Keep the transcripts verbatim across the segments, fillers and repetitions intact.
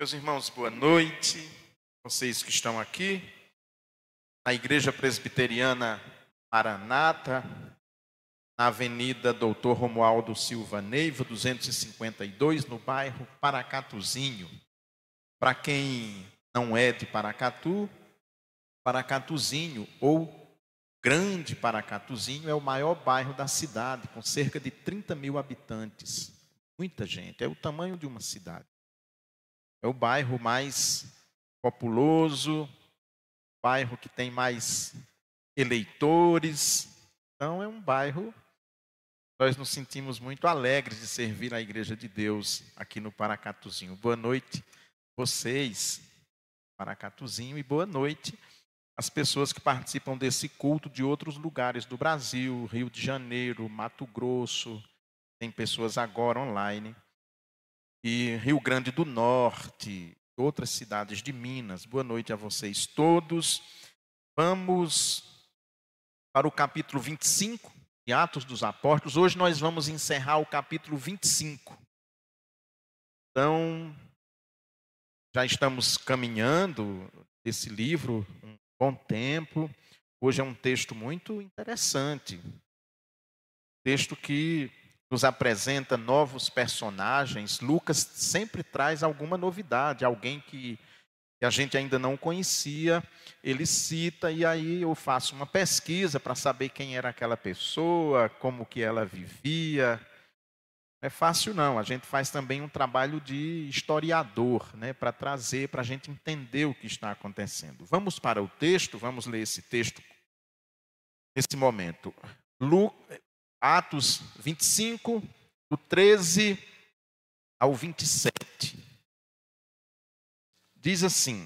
Meus irmãos, boa noite. Vocês que estão aqui na Igreja Presbiteriana Maranata, na Avenida Doutor Romualdo Silva Neiva, duzentos e cinquenta e dois, no bairro Paracatuzinho. Para quem não é de Paracatu, Paracatuzinho ou Grande Paracatuzinho é o maior bairro da cidade, com cerca de trinta mil habitantes. Muita gente, é o tamanho de uma cidade. É o bairro mais populoso, bairro que tem mais eleitores. Então é um bairro, nós nos sentimos muito alegres de servir a Igreja de Deus aqui no Paracatuzinho. Boa noite vocês, Paracatuzinho, e boa noite as pessoas que participam desse culto de outros lugares do Brasil, Rio de Janeiro, Mato Grosso, tem pessoas agora online. E Rio Grande do Norte, outras cidades de Minas. Boa noite a vocês todos. Vamos para o capítulo vinte e cinco de Atos dos Apóstolos. Hoje nós vamos encerrar o capítulo vinte e cinco. Então, já estamos caminhando esse livro um bom tempo. Hoje é um texto muito interessante. Texto que nos apresenta novos personagens. Lucas sempre traz alguma novidade, alguém que, que a gente ainda não conhecia, ele cita, e aí eu faço uma pesquisa para saber quem era aquela pessoa, como que ela vivia. Não é fácil não, a gente faz também um trabalho de historiador, né, para trazer, para a gente entender o que está acontecendo. Vamos para o texto, vamos ler esse texto nesse momento. Lucas, Atos vinte e cinco, do treze ao vinte e sete. Diz assim: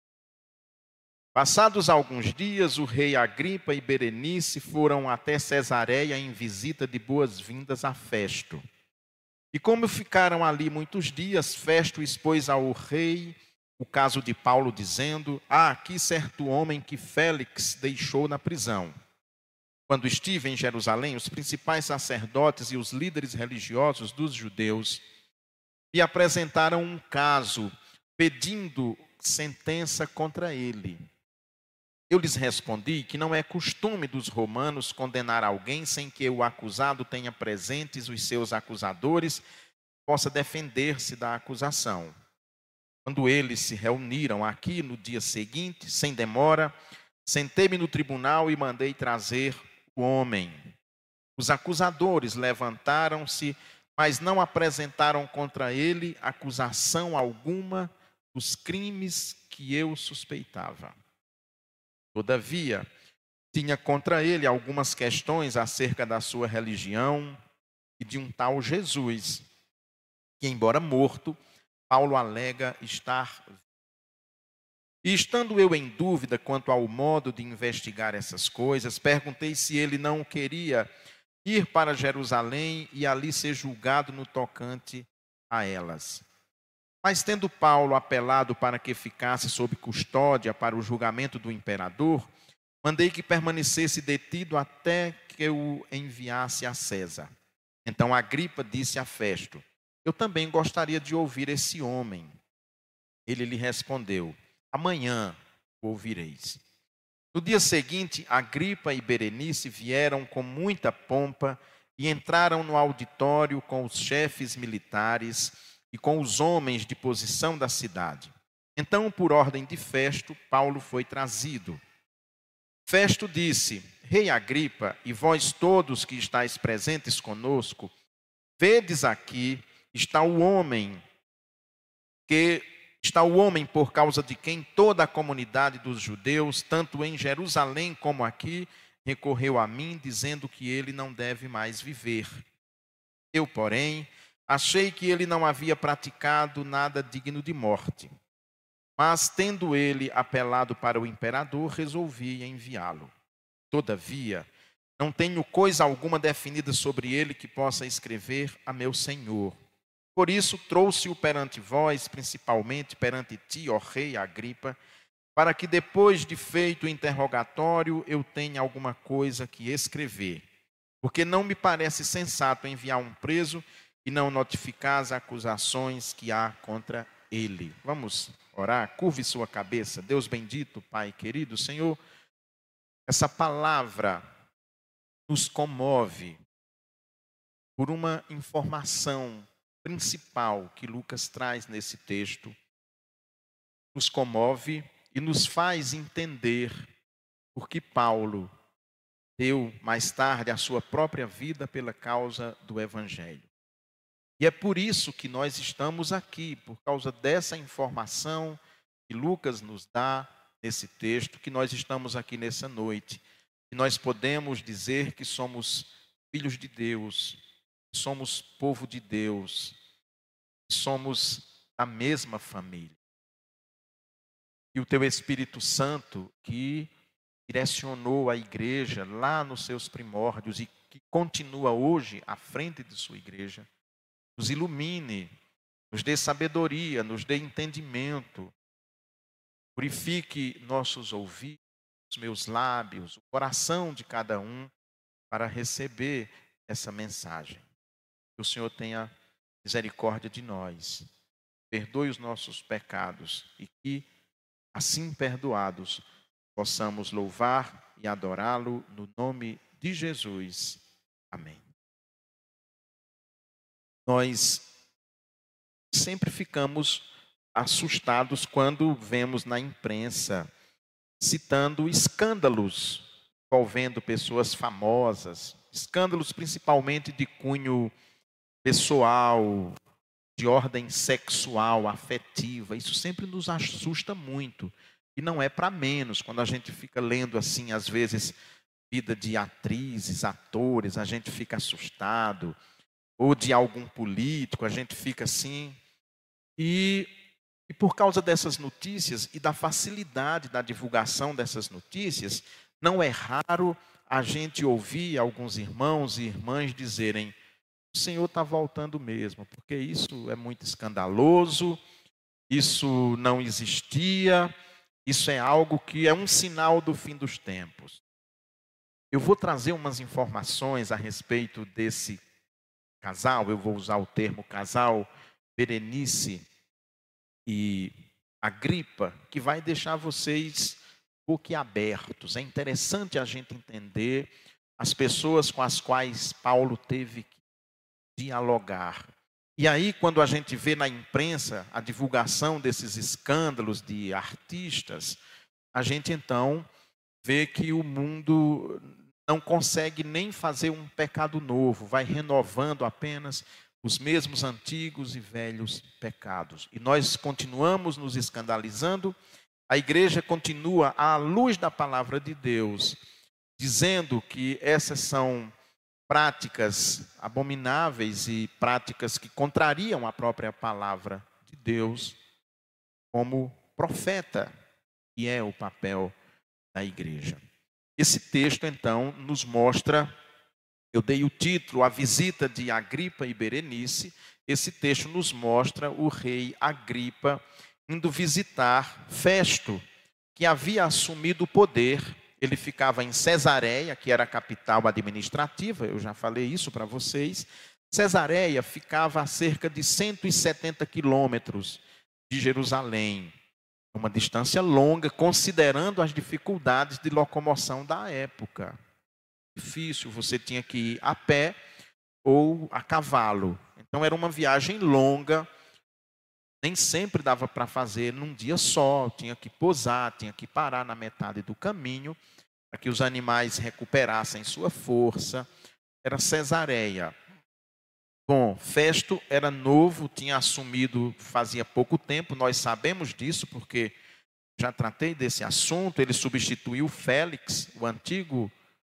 passados alguns dias, o rei Agripa e Berenice foram até Cesareia em visita de boas-vindas a Festo. E como ficaram ali muitos dias, Festo expôs ao rei o caso de Paulo, dizendo: há aqui certo homem que Félix deixou na prisão. Quando estive em Jerusalém, os principais sacerdotes e os líderes religiosos dos judeus me apresentaram um caso, pedindo sentença contra ele. Eu lhes respondi que não é costume dos romanos condenar alguém sem que o acusado tenha presentes os seus acusadores, possa defender-se da acusação. Quando eles se reuniram aqui no dia seguinte, sem demora, sentei-me no tribunal e mandei trazer o homem. Os acusadores levantaram-se, mas não apresentaram contra ele acusação alguma dos crimes que eu suspeitava. Todavia, tinha contra ele algumas questões acerca da sua religião e de um tal Jesus, que, embora morto, Paulo alega estar vivo. E estando eu em dúvida quanto ao modo de investigar essas coisas, perguntei se ele não queria ir para Jerusalém e ali ser julgado no tocante a elas. Mas tendo Paulo apelado para que ficasse sob custódia para o julgamento do imperador, mandei que permanecesse detido até que o enviasse a César. Então Agripa disse a Festo: eu também gostaria de ouvir esse homem. Ele lhe respondeu: amanhã o ouvireis. No dia seguinte, Agripa e Berenice vieram com muita pompa e entraram no auditório com os chefes militares e com os homens de posição da cidade. Então, por ordem de Festo, Paulo foi trazido. Festo disse: Rei Agripa, e vós todos que estáis presentes conosco, vedes aqui, está o homem que está o homem por causa de quem toda a comunidade dos judeus, tanto em Jerusalém como aqui, recorreu a mim, dizendo que ele não deve mais viver. Eu, porém, achei que ele não havia praticado nada digno de morte. Mas, tendo ele apelado para o imperador, resolvi enviá-lo. Todavia, não tenho coisa alguma definida sobre ele que possa escrever a meu senhor. Por isso, trouxe-o perante vós, principalmente perante ti, ó rei Agripa, para que depois de feito o interrogatório eu tenha alguma coisa que escrever. Porque não me parece sensato enviar um preso e não notificar as acusações que há contra Ele. Vamos orar? Curve sua cabeça. Deus bendito, Pai querido, Senhor, essa palavra nos comove por uma informação principal que Lucas traz nesse texto. Nos comove e nos faz entender por que Paulo deu mais tarde a sua própria vida pela causa do Evangelho. E é por isso que nós estamos aqui, por causa dessa informação que Lucas nos dá nesse texto, que nós estamos aqui nessa noite. E nós podemos dizer que somos filhos de Deus, somos povo de Deus, somos a mesma família. E o teu Espírito Santo, que direcionou a igreja lá nos seus primórdios e que continua hoje à frente de sua igreja, nos ilumine, nos dê sabedoria, nos dê entendimento, purifique nossos ouvidos, meus lábios, o coração de cada um para receber essa mensagem. Que o Senhor tenha misericórdia de nós, perdoe os nossos pecados e que, assim perdoados, possamos louvar e adorá-lo no nome de Jesus. Amém. Nós sempre ficamos assustados quando vemos na imprensa citando escândalos envolvendo pessoas famosas, escândalos principalmente de cunho pessoal, de ordem sexual, afetiva. Isso sempre nos assusta muito. E não é para menos, quando a gente fica lendo assim, às vezes, vida de atrizes, atores, a gente fica assustado, ou de algum político, a gente fica assim. E, e por causa dessas notícias e da facilidade da divulgação dessas notícias, não é raro a gente ouvir alguns irmãos e irmãs dizerem: o Senhor está voltando mesmo, porque isso é muito escandaloso, isso não existia, isso é algo que é um sinal do fim dos tempos. Eu vou trazer umas informações a respeito desse casal, eu vou usar o termo casal, Berenice e Agripa, que vai deixar vocês boquiabertos. É interessante a gente entender as pessoas com as quais Paulo teve que dialogar. E aí, quando a gente vê na imprensa a divulgação desses escândalos de artistas, a gente então vê que o mundo não consegue nem fazer um pecado novo, vai renovando apenas os mesmos antigos e velhos pecados. E nós continuamos nos escandalizando, a igreja continua à luz da palavra de Deus, dizendo que essas são práticas abomináveis e práticas que contrariam a própria palavra de Deus, como profeta, que é o papel da igreja. Esse texto, então, nos mostra, eu dei o título, A Visita de Agripa e Berenice. Esse texto nos mostra o rei Agripa indo visitar Festo, que havia assumido o poder. Ele ficava em Cesareia, que era a capital administrativa, eu já falei isso para vocês. Cesareia ficava a cerca de cento e setenta quilômetros de Jerusalém, uma distância longa, considerando as dificuldades de locomoção da época. Difícil, você tinha que ir a pé ou a cavalo. Então era uma viagem longa, nem sempre dava para fazer num dia só, tinha que pousar, tinha que parar na metade do caminho, para que os animais recuperassem sua força. Era Cesareia. Bom, Festo era novo, tinha assumido fazia pouco tempo, nós sabemos disso porque já tratei desse assunto. Ele substituiu Félix, o antigo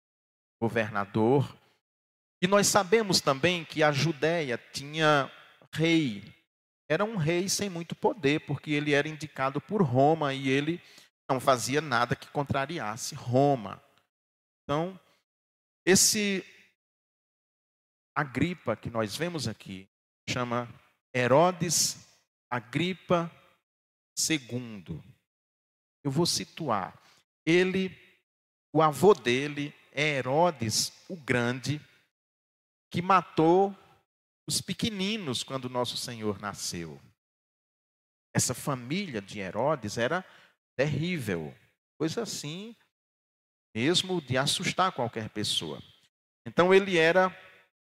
governador. E nós sabemos também que a Judéia tinha rei. Era um rei sem muito poder, porque ele era indicado por Roma e ele não fazia nada que contrariasse Roma. Então, esse Agripa que nós vemos aqui chama Herodes Agripa segundo. Eu vou situar. Ele, o avô dele é Herodes o Grande, que matou os pequeninos quando nosso Senhor nasceu. essa família de Herodes era terrível, coisa assim, mesmo de assustar qualquer pessoa. Então ele era,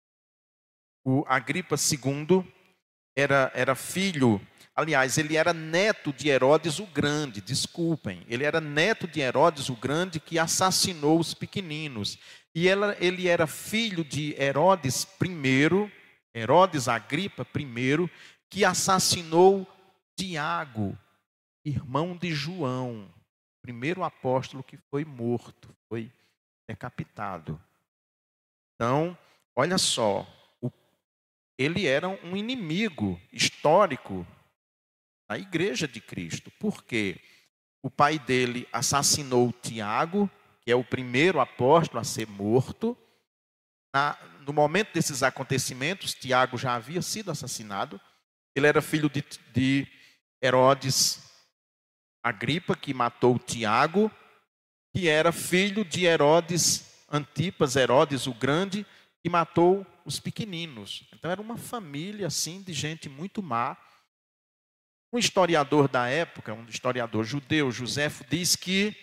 o Agripa segundo, era, era filho, aliás, ele era neto de Herodes o Grande, desculpem, ele era neto de Herodes o Grande que assassinou os pequeninos. E ela, ele era filho de Herodes I, Herodes Agripa I, que assassinou Tiago, irmão de João, primeiro apóstolo que foi morto, foi decapitado. Então, olha só, o, ele era um inimigo histórico da igreja de Cristo. Por quê? O pai dele assassinou Tiago, que é o primeiro apóstolo a ser morto. Na, no momento desses acontecimentos, Tiago já havia sido assassinado. Ele era filho de, de Herodes Agripa, que matou Tiago, que era filho de Herodes Antipas, Herodes o Grande, que matou os pequeninos. Então era uma família assim de gente muito má. Um historiador da época, um historiador judeu, Joséfo, diz que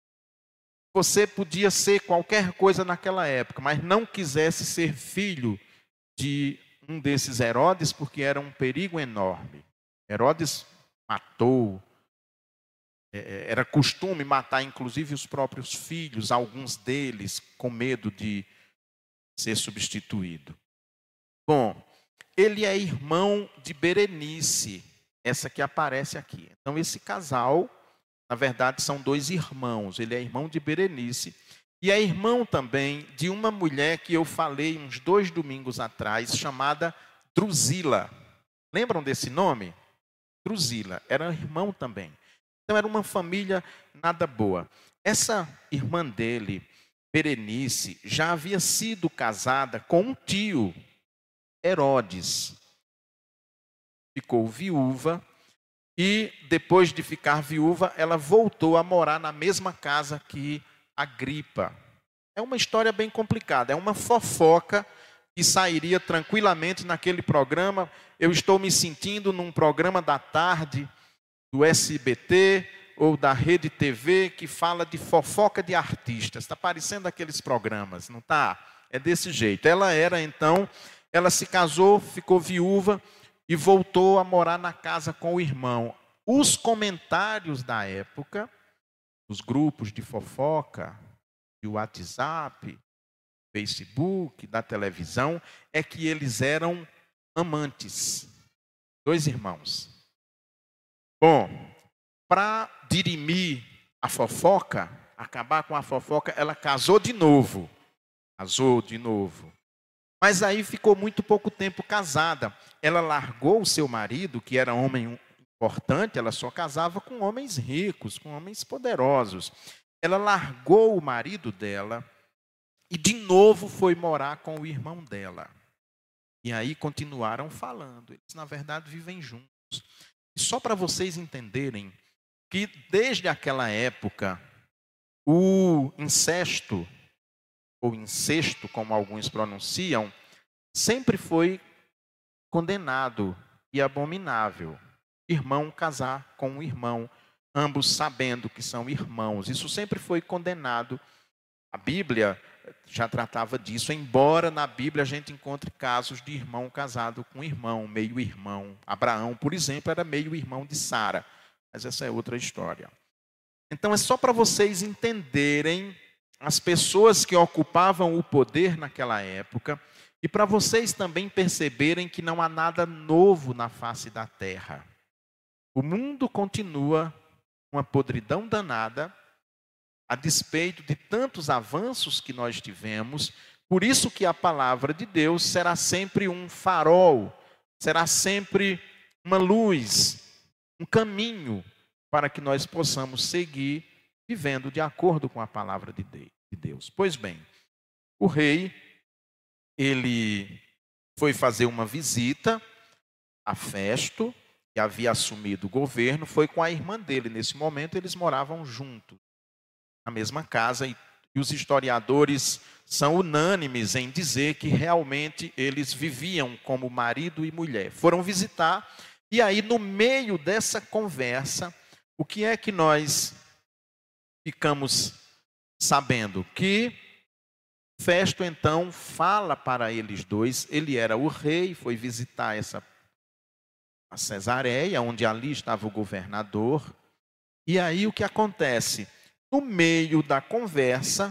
você podia ser qualquer coisa naquela época, mas não quisesse ser filho de um desses Herodes, porque era um perigo enorme. Herodes matou, era costume matar inclusive os próprios filhos, alguns deles com medo de ser substituído. Bom, ele é irmão de Berenice, essa que aparece aqui. Então esse casal, na verdade, são dois irmãos. Ele é irmão de Berenice e é irmão também de uma mulher que eu falei uns dois domingos atrás, chamada Drusila. Lembram desse nome? Drusila, era irmão também. Então era uma família nada boa. Essa irmã dele, Berenice, já havia sido casada com um tio, Herodes. Ficou viúva e depois de ficar viúva, ela voltou a morar na mesma casa que Agripa. É uma história bem complicada, é uma fofoca que sairia tranquilamente naquele programa. Eu estou me sentindo num programa da tarde do S B T ou da Rede T V que fala de fofoca de artistas. Está parecendo aqueles programas, não está? É desse jeito. Ela era, então, ela se casou, ficou viúva e voltou a morar na casa com o irmão. Os comentários da época, os grupos de fofoca, de WhatsApp, Facebook, da televisão, é que eles eram amantes, dois irmãos. Bom, para dirimir a fofoca, acabar com a fofoca, ela casou de novo. Casou de novo. Mas aí ficou muito pouco tempo casada. Ela largou o seu marido, que era homem importante, ela só casava com homens ricos, com homens poderosos. Ela largou o marido dela e de novo foi morar com o irmão dela. E aí continuaram falando. Eles, na verdade, vivem juntos. E só para vocês entenderem que desde aquela época, o incesto, ou incesto, como alguns pronunciam, sempre foi condenado e abominável. Irmão casar com um irmão, ambos sabendo que são irmãos. Isso sempre foi condenado. A Bíblia já tratava disso, embora na Bíblia a gente encontre casos de irmão casado com irmão, meio-irmão. Abraão, por exemplo, era meio-irmão de Sara, mas essa é outra história. Então é só para vocês entenderem as pessoas que ocupavam o poder naquela época e para vocês também perceberem que não há nada novo na face da terra. O mundo continua uma podridão danada, a despeito de tantos avanços que nós tivemos. Por isso que a palavra de Deus será sempre um farol, será sempre uma luz, um caminho para que nós possamos seguir vivendo de acordo com a palavra de Deus. Pois bem, o rei, ele foi fazer uma visita a Festo, que havia assumido o governo, foi com a irmã dele. Nesse momento, eles moravam juntos, na mesma casa, e, e os historiadores são unânimes em dizer que realmente eles viviam como marido e mulher. Foram visitar, E aí, no meio dessa conversa, o que é que nós ficamos sabendo? Que Festo, então, fala para eles dois. Ele era o rei, foi visitar essa a Cesareia, onde ali estava o governador. E aí o que acontece? No meio da conversa,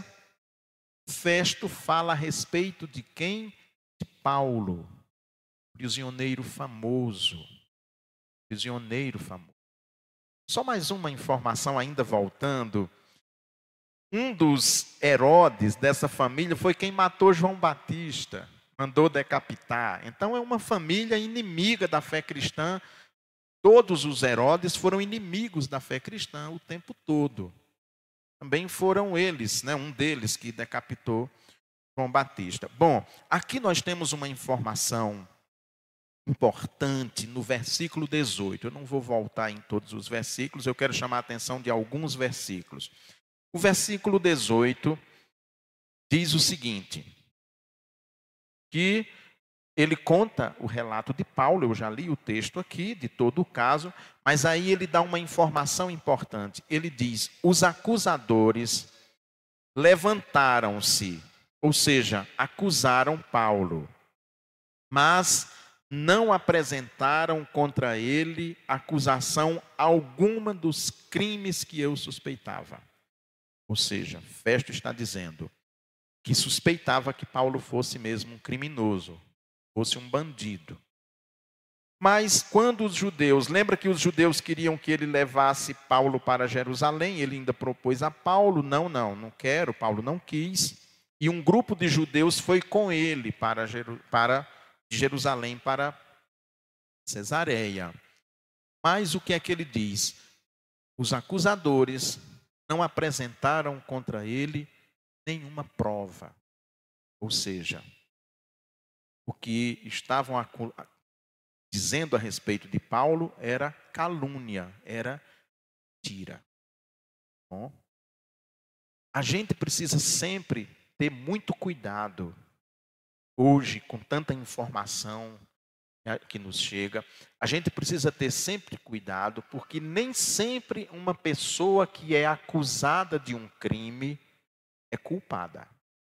Festo fala a respeito de quem? De Paulo, prisioneiro famoso. Prisioneiro famoso. Só mais uma informação ainda voltando. Um dos Herodes dessa família foi quem matou João Batista, mandou decapitar. Então é uma família inimiga da fé cristã. Todos os Herodes foram inimigos da fé cristã o tempo todo. Também foram eles, né, um deles que decapitou João Batista. Bom, aqui nós temos uma informação importante no versículo dezoito. Eu não vou voltar em todos os versículos, eu quero chamar a atenção de alguns versículos. O versículo dezoito diz o seguinte, que ele conta o relato de Paulo, eu já li o texto aqui, de todo o caso, mas aí ele dá uma informação importante. Ele diz, os acusadores levantaram-se, ou seja, acusaram Paulo, mas não apresentaram contra ele acusação alguma dos crimes que eu suspeitava. Ou seja, Festo está dizendo que suspeitava que Paulo fosse mesmo um criminoso, fosse um bandido. Mas quando os judeus, lembra que os judeus queriam que ele levasse Paulo para Jerusalém, ele ainda propôs a Paulo, não, não, não quero, Paulo não quis. E um grupo de judeus foi com ele para, Jeru, para Jerusalém, para Cesareia. Mas o que é que ele diz? Os acusadores não apresentaram contra ele nenhuma prova. Ou seja, o que estavam dizendo a respeito de Paulo era calúnia, era mentira. Bom, a gente precisa sempre ter muito cuidado, hoje, com tanta informação que nos chega, a gente precisa ter sempre cuidado, porque nem sempre uma pessoa que é acusada de um crime é culpada.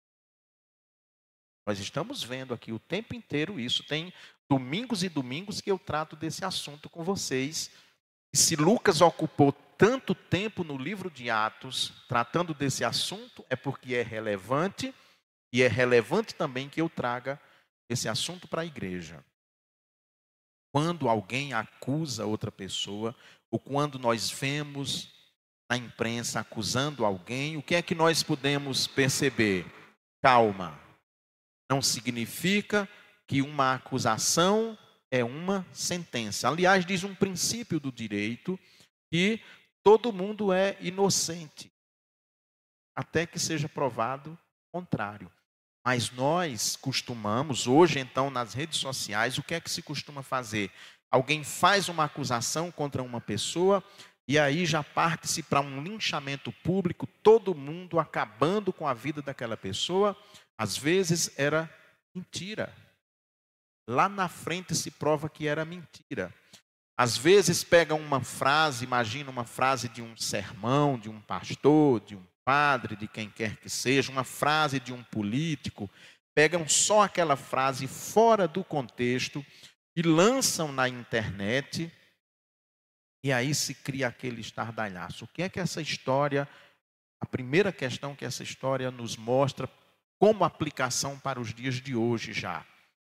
Nós estamos vendo aqui o tempo inteiro isso. Tem domingos e domingos que eu trato desse assunto com vocês. E se Lucas ocupou tanto tempo no livro de Atos tratando desse assunto, é porque é relevante, e é relevante também que eu traga esse assunto para a igreja. Quando alguém acusa outra pessoa, ou quando nós vemos na imprensa acusando alguém, o que é que nós podemos perceber? Calma. Não significa que uma acusação é uma sentença. Aliás, diz um princípio do direito que todo mundo é inocente, até que seja provado o contrário. Mas nós costumamos, hoje então nas redes sociais, o que é que se costuma fazer? Alguém faz uma acusação contra uma pessoa e aí já parte-se para um linchamento público, todo mundo acabando com a vida daquela pessoa. Às vezes era mentira. Lá na frente se prova que era mentira. Às vezes pegam uma frase, imagina uma frase de um sermão, de um pastor, de um padre, de quem quer que seja, uma frase de um político, pegam só aquela frase fora do contexto e lançam na internet, e aí se cria aquele estardalhaço. O que é que essa história, a primeira questão que essa história nos mostra como aplicação para os dias de hoje já?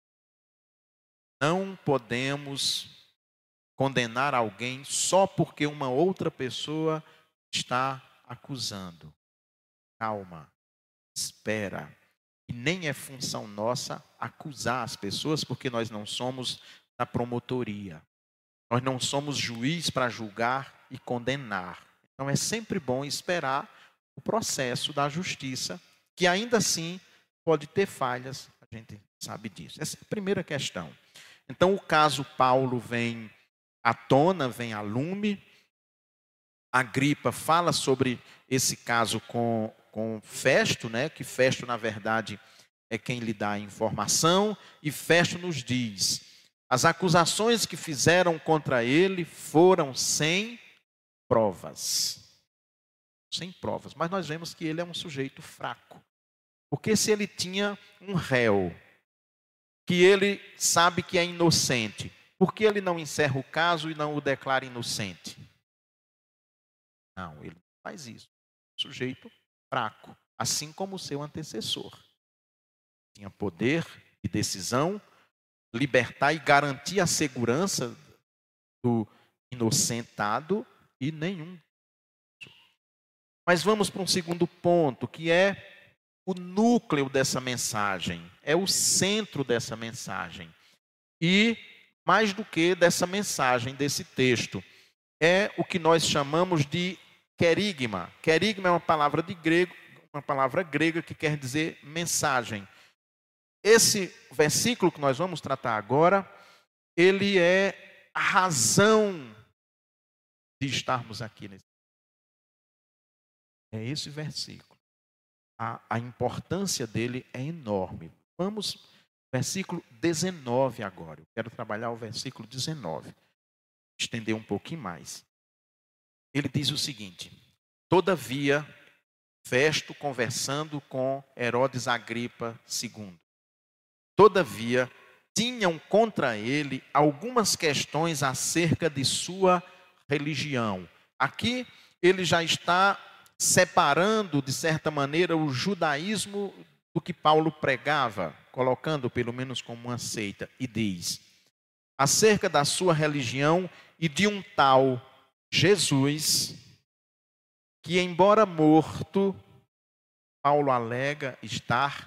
Não podemos condenar alguém só porque uma outra pessoa está acusando. Calma, espera. E nem é função nossa acusar as pessoas, porque nós não somos da promotoria. Nós não somos juiz para julgar e condenar. Então é sempre bom esperar o processo da justiça, que ainda assim pode ter falhas, a gente sabe disso. Essa é a primeira questão. Então o caso Paulo vem à tona, vem a lume. Agripa fala sobre esse caso com, com Festo, né? Que Festo, na verdade, é quem lhe dá a informação, e Festo nos diz As acusações que fizeram contra ele foram sem provas. Sem provas. Mas nós vemos que ele é um sujeito fraco. Porque se ele tinha um réu, que ele sabe que é inocente, por que ele não encerra o caso e não o declara inocente? Não, ele não faz isso. Sujeito fraco, assim como o seu antecessor. Tinha poder e decisão, libertar e garantir a segurança do inocentado e nenhum. Mas vamos para um segundo ponto, que é o núcleo dessa mensagem, é o centro dessa mensagem. E, mais do que dessa mensagem, desse texto, é o que nós chamamos de querigma. Querigma é uma palavra de grego, uma palavra grega que quer dizer mensagem. Esse versículo que nós vamos tratar agora, ele é a razão de estarmos aqui nesse. É esse versículo. A, a importância dele é enorme. Vamos, versículo dezenove agora. Eu quero trabalhar o versículo dezenove. Estender um pouquinho mais. Ele diz o seguinte: todavia, Festo conversando com Herodes Agripa segundo. Todavia, tinham contra ele algumas questões acerca de sua religião. Aqui ele já está separando, de certa maneira, o judaísmo do que Paulo pregava, colocando pelo menos como uma seita, e diz: acerca da sua religião e de um tal Jesus, que embora morto, Paulo alega estar.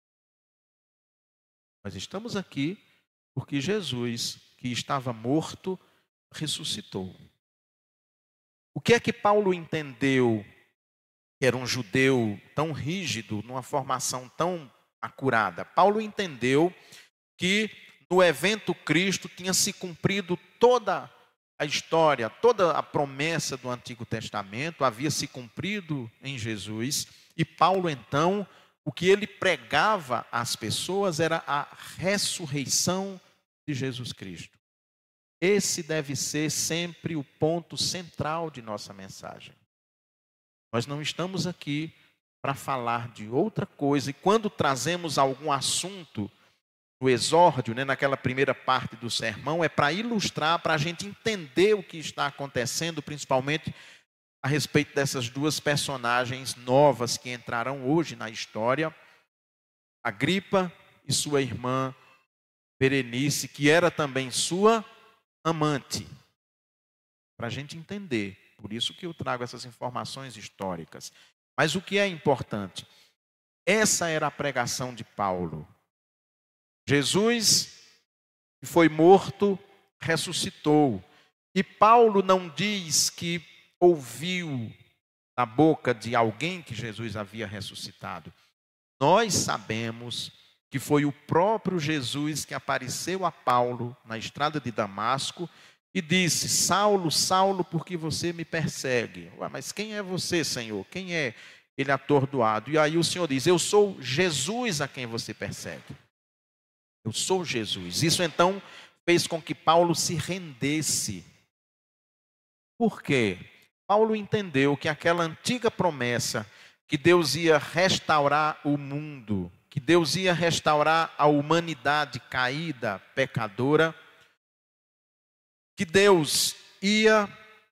Nós estamos aqui porque Jesus, que estava morto, ressuscitou. O que é que Paulo entendeu? Que era um judeu tão rígido, numa formação tão acurada. Paulo entendeu que no evento Cristo tinha se cumprido toda a história, toda a promessa do Antigo Testamento havia se cumprido em Jesus. E Paulo, então, o que ele pregava às pessoas era a ressurreição de Jesus Cristo. Esse deve ser sempre o ponto central de nossa mensagem. Nós não estamos aqui para falar de outra coisa. E quando trazemos algum assunto no exórdio, né, naquela primeira parte do sermão, é para ilustrar, para a gente entender o que está acontecendo, principalmente a respeito dessas duas personagens novas que entrarão hoje na história. Agripa e sua irmã Berenice, que era também sua amante. Para a gente entender. Por isso que eu trago essas informações históricas. Mas o que é importante? Essa era a pregação de Paulo. Jesus, que foi morto, ressuscitou. E Paulo não diz que ouviu da boca de alguém que Jesus havia ressuscitado. Nós sabemos que foi o próprio Jesus que apareceu a Paulo na estrada de Damasco e disse: Saulo, Saulo, por que você me persegue? Ué, mas quem é você, Senhor? Quem é ele atordoado? E aí o Senhor diz: eu sou Jesus a quem você persegue. Eu sou Jesus. Isso então fez com que Paulo se rendesse. Por quê? Paulo entendeu que aquela antiga promessa que Deus ia restaurar o mundo, que Deus ia restaurar a humanidade caída, pecadora, que Deus ia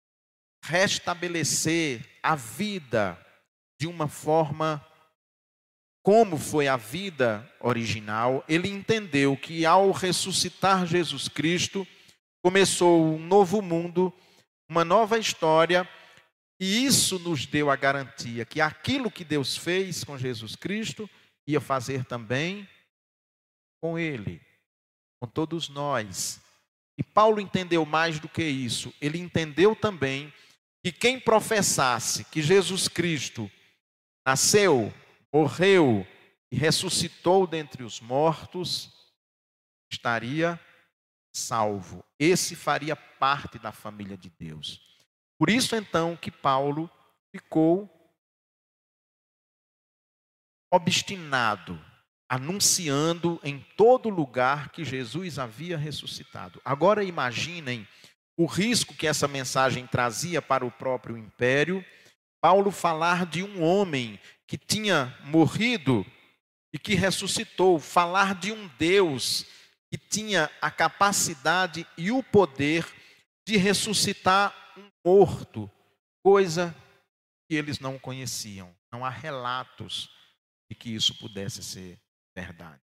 restabelecer a vida de uma forma como foi a vida original. Ele entendeu que ao ressuscitar Jesus Cristo, começou um novo mundo, uma nova história, e isso nos deu a garantia que aquilo que Deus fez com Jesus Cristo, ia fazer também com Ele, com todos nós. E Paulo entendeu mais do que isso. Ele entendeu também que quem professasse que Jesus Cristo nasceu, morreu e ressuscitou dentre os mortos, estaria salvo. Esse faria parte da família de Deus. Por isso então que Paulo ficou obstinado anunciando em todo lugar que Jesus havia ressuscitado. Agora imaginem o risco que essa mensagem trazia para o próprio império. Paulo falar de um homem que tinha morrido e que ressuscitou, falar de um Deus que tinha a capacidade e o poder de ressuscitar um morto, coisa que eles não conheciam. Não há relatos de que isso pudesse ser verdade.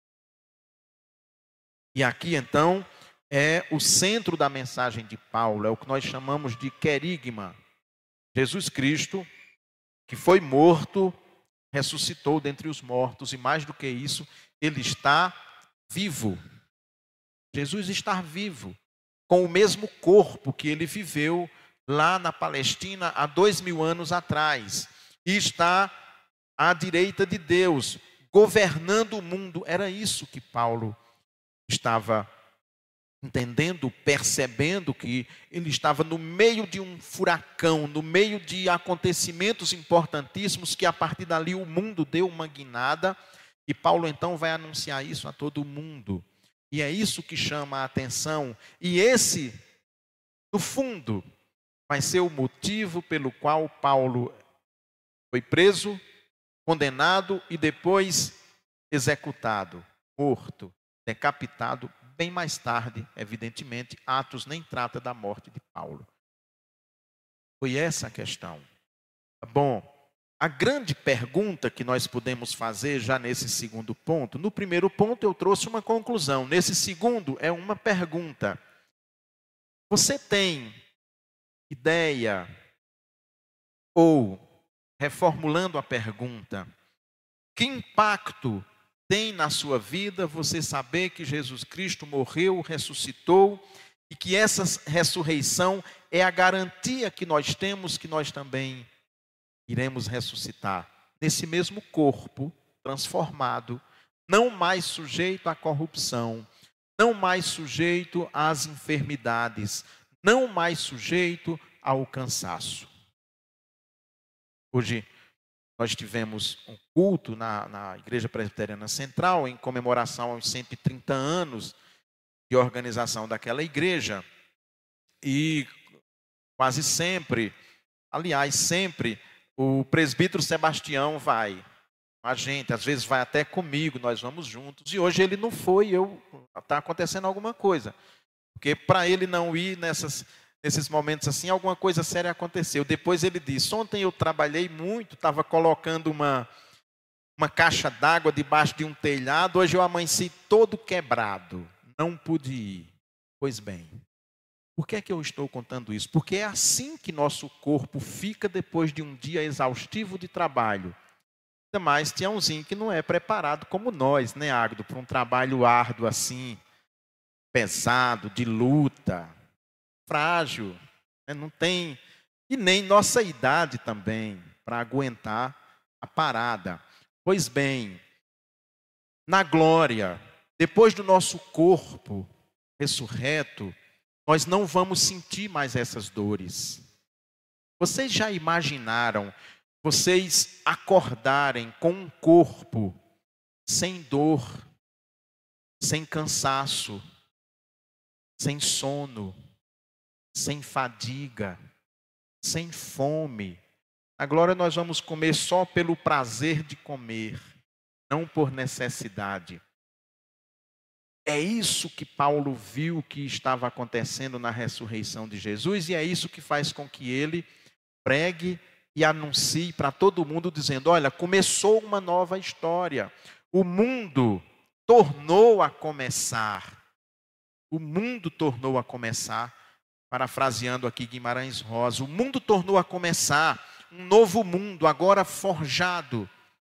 E aqui então é o centro da mensagem de Paulo, é o que nós chamamos de querigma. Jesus Cristo, que foi morto, ressuscitou dentre os mortos, e mais do que isso, ele está vivo. Jesus está vivo, com o mesmo corpo que ele viveu lá na Palestina há dois mil anos atrás, e está à direita de Deus, governando o mundo. Era isso que Paulo estava entendendo, percebendo que ele estava no meio de um furacão, no meio de acontecimentos importantíssimos, que a partir dali o mundo deu uma guinada, e Paulo então vai anunciar isso a todo mundo. E é isso que chama a atenção, e esse, no fundo, vai ser o motivo pelo qual Paulo foi preso, condenado e depois executado, morto, decapitado, bem mais tarde, evidentemente. Atos nem trata da morte de Paulo. Foi essa a questão. Bom, a grande pergunta que nós podemos fazer já nesse segundo ponto, no primeiro ponto eu trouxe uma conclusão, nesse segundo é uma pergunta. Você tem ideia, ou, reformulando a pergunta, que impacto tem na sua vida você saber que Jesus Cristo morreu, ressuscitou, e que essa ressurreição é a garantia que nós temos que nós também iremos ressuscitar nesse mesmo corpo transformado, não mais sujeito à corrupção, não mais sujeito às enfermidades, não mais sujeito ao cansaço. Hoje nós tivemos um culto na, na Igreja Presbiteriana Central, em comemoração aos cento e trinta anos de organização daquela igreja. E quase sempre, aliás, sempre, o presbítero Sebastião vai com a gente, às vezes vai até comigo, nós vamos juntos. E hoje ele não foi, eu está acontecendo alguma coisa. Porque para ele não ir nessas... Nesses momentos assim, alguma coisa séria aconteceu. Depois ele disse, ontem eu trabalhei muito, estava colocando uma, uma caixa d'água debaixo de um telhado, hoje eu amanheci todo quebrado, não pude ir. Pois bem, por que é que eu estou contando isso? Porque é assim que nosso corpo fica depois de um dia exaustivo de trabalho. Ainda mais Tiãozinho, que não é preparado como nós, né, Agdo, para um trabalho árduo assim, pesado, de luta, frágil, né? Não tem, e nem nossa idade também, para aguentar a parada. Pois bem, na glória, depois do nosso corpo ressurreto, nós não vamos sentir mais essas dores. Vocês já imaginaram vocês acordarem com um corpo sem dor, sem cansaço, sem sono, sem fadiga, sem fome? Na glória nós vamos comer só pelo prazer de comer, não por necessidade. É isso que Paulo viu que estava acontecendo na ressurreição de Jesus, e é isso que faz com que ele pregue e anuncie para todo mundo, dizendo, olha, começou uma nova história. O mundo tornou a começar. O mundo tornou a começar. Parafraseando aqui Guimarães Rosa, o mundo tornou a começar, um novo mundo agora forjado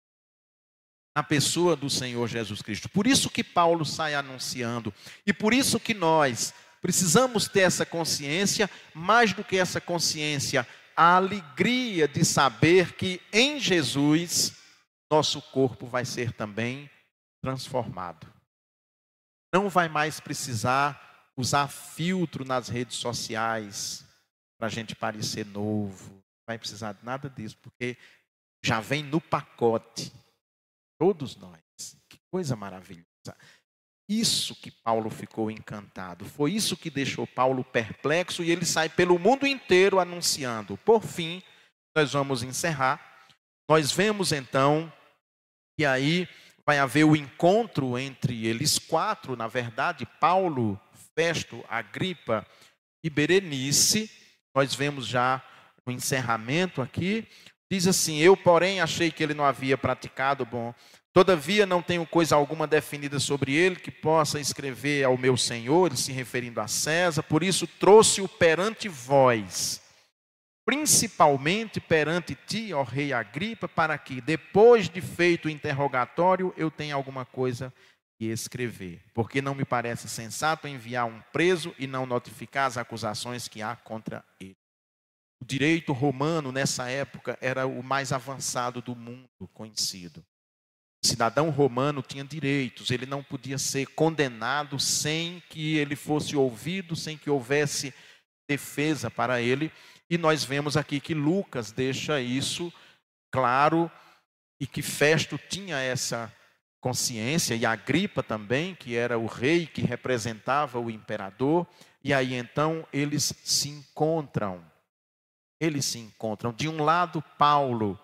na pessoa do Senhor Jesus Cristo. Por isso que Paulo sai anunciando, e por isso que nós precisamos ter essa consciência, mais do que essa consciência, a alegria de saber que em Jesus, nosso corpo vai ser também transformado. Não vai mais precisar usar filtro nas redes sociais para a gente parecer novo. Não vai precisar de nada disso, porque já vem no pacote. Todos nós. Que Coisa maravilhosa. Isso que Paulo ficou encantado, foi isso que deixou Paulo perplexo e ele sai pelo mundo inteiro anunciando. Por fim, nós vamos encerrar. Nós vemos então que aí vai haver o encontro entre eles quatro, na verdade, Paulo, Festo, Agripa e Berenice. Nós vemos já no encerramento aqui, diz assim: eu, porém, achei que ele não havia praticado bom. Todavia, não tenho coisa alguma definida sobre ele que possa escrever ao meu senhor, ele se referindo a César, por isso trouxe-o perante vós, principalmente perante ti, ó rei Agripa, para que, depois de feito o interrogatório, eu tenha alguma coisa que escrever. Porque não me parece sensato enviar um preso e não notificar as acusações que há contra ele. O direito romano, nessa época, era o mais avançado do mundo conhecido. O cidadão romano tinha direitos, ele não podia ser condenado sem que ele fosse ouvido, sem que houvesse defesa para ele. E nós vemos aqui que Lucas deixa isso claro e que Festo tinha essa consciência, e Agripa também, que era o rei que representava o imperador. E aí então eles se encontram. Eles se encontram. De um lado, Paulo,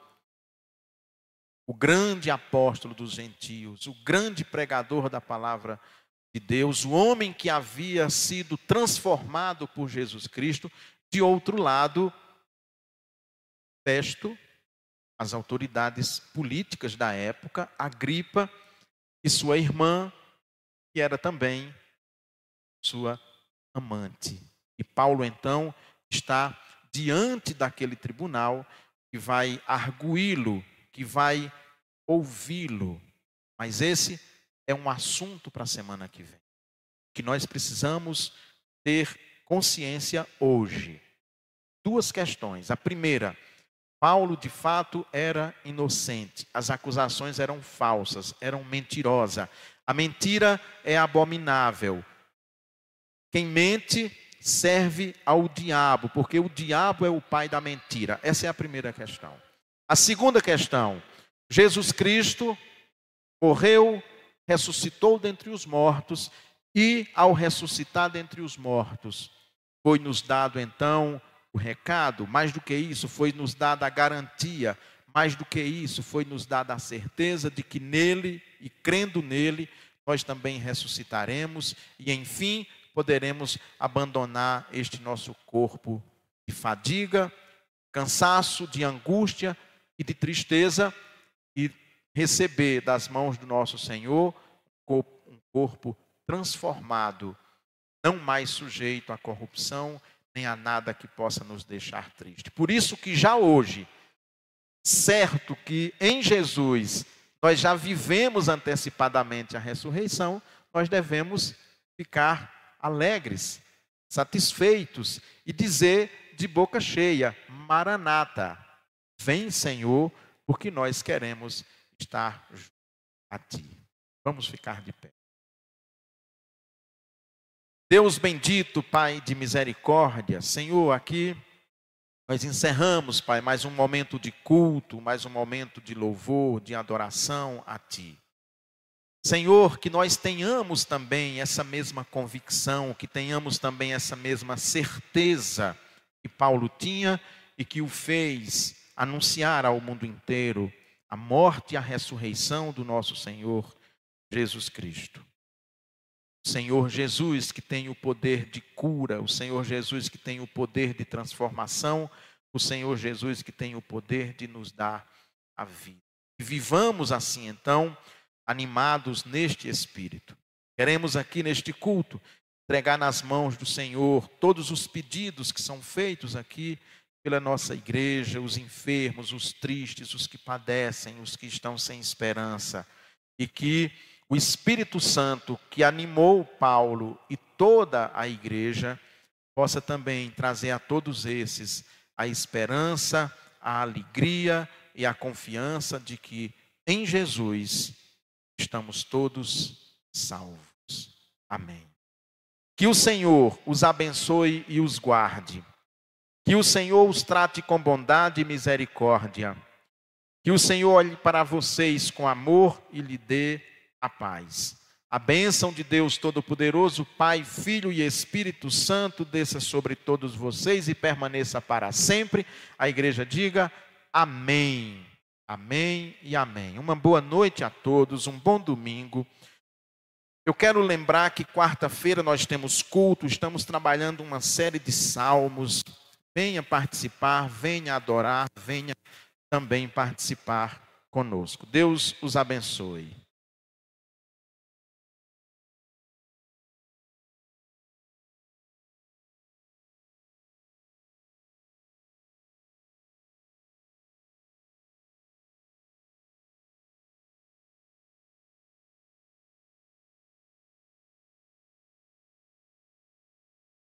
o grande apóstolo dos gentios, o grande pregador da palavra de Deus, o homem que havia sido transformado por Jesus Cristo. De outro lado, Festo, as autoridades políticas da época, Agripa e sua irmã, que era também sua amante. E Paulo, então, está diante daquele tribunal que vai arguí-lo, que vai ouvi-lo. Mas esse é um assunto para a semana que vem, que nós precisamos ter consciência hoje. Duas questões. A primeira, Paulo de fato era inocente. As acusações eram falsas, eram mentirosas. A mentira é abominável. Quem mente serve ao diabo, porque o diabo é o pai da mentira. Essa é a primeira questão. A segunda questão, Jesus Cristo morreu, ressuscitou dentre os mortos, e ao ressuscitar dentre os mortos, foi-nos dado então o recado. Mais do que isso, foi-nos dada a garantia. Mais do que isso, foi-nos dada a certeza de que nele, e crendo nele, nós também ressuscitaremos e, enfim, poderemos abandonar este nosso corpo de fadiga, cansaço, de angústia e de tristeza, e receber das mãos do nosso Senhor um corpo transformado, não mais sujeito à corrupção, nem a nada que possa nos deixar triste. Por isso que já hoje, certo que em Jesus nós já vivemos antecipadamente a ressurreição, nós devemos ficar alegres, satisfeitos e dizer de boca cheia: Maranata, vem Senhor, porque nós queremos estar junto a Ti. Vamos ficar de pé. Deus bendito, Pai de misericórdia, Senhor, aqui nós encerramos, Pai, mais um momento de culto, mais um momento de louvor, de adoração a Ti. Senhor, que nós tenhamos também essa mesma convicção, que tenhamos também essa mesma certeza que Paulo tinha e que o fez anunciar ao mundo inteiro a morte e a ressurreição do nosso Senhor Jesus Cristo. O Senhor Jesus que tem o poder de cura, o Senhor Jesus que tem o poder de transformação, o Senhor Jesus que tem o poder de nos dar a vida. E vivamos assim então, animados neste Espírito. Queremos aqui neste culto entregar nas mãos do Senhor todos os pedidos que são feitos aqui pela nossa igreja, os enfermos, os tristes, os que padecem, os que estão sem esperança, e que o Espírito Santo que animou Paulo e toda a igreja possa também trazer a todos esses a esperança, a alegria e a confiança de que em Jesus estamos todos salvos. Amém. Que o Senhor os abençoe e os guarde. Que o Senhor os trate com bondade e misericórdia. Que o Senhor olhe para vocês com amor e lhe dê a paz. A bênção de Deus Todo-Poderoso, Pai, Filho e Espírito Santo, desça sobre todos vocês e permaneça para sempre. A igreja diga amém. Amém e amém. Uma boa noite a todos, um bom domingo. Eu quero lembrar que quarta-feira nós temos culto, estamos trabalhando uma série de salmos. Venha participar, venha adorar, venha também participar conosco. Deus os abençoe.